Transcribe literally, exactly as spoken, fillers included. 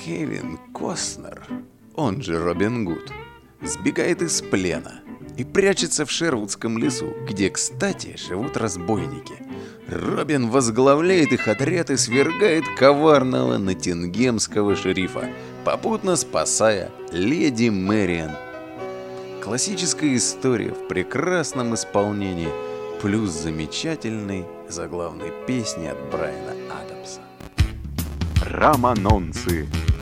Кевин Костнер, он же Робин Гуд, сбегает из плена и прячется в Шервудском лесу, где, кстати, живут разбойники. Робин возглавляет их отряд и свергает коварного ноттингемского шерифа, попутно спасая леди Мэриан. Классическая история в прекрасном исполнении, плюс замечательной заглавной песни от Брайана Адамса. Романонцы.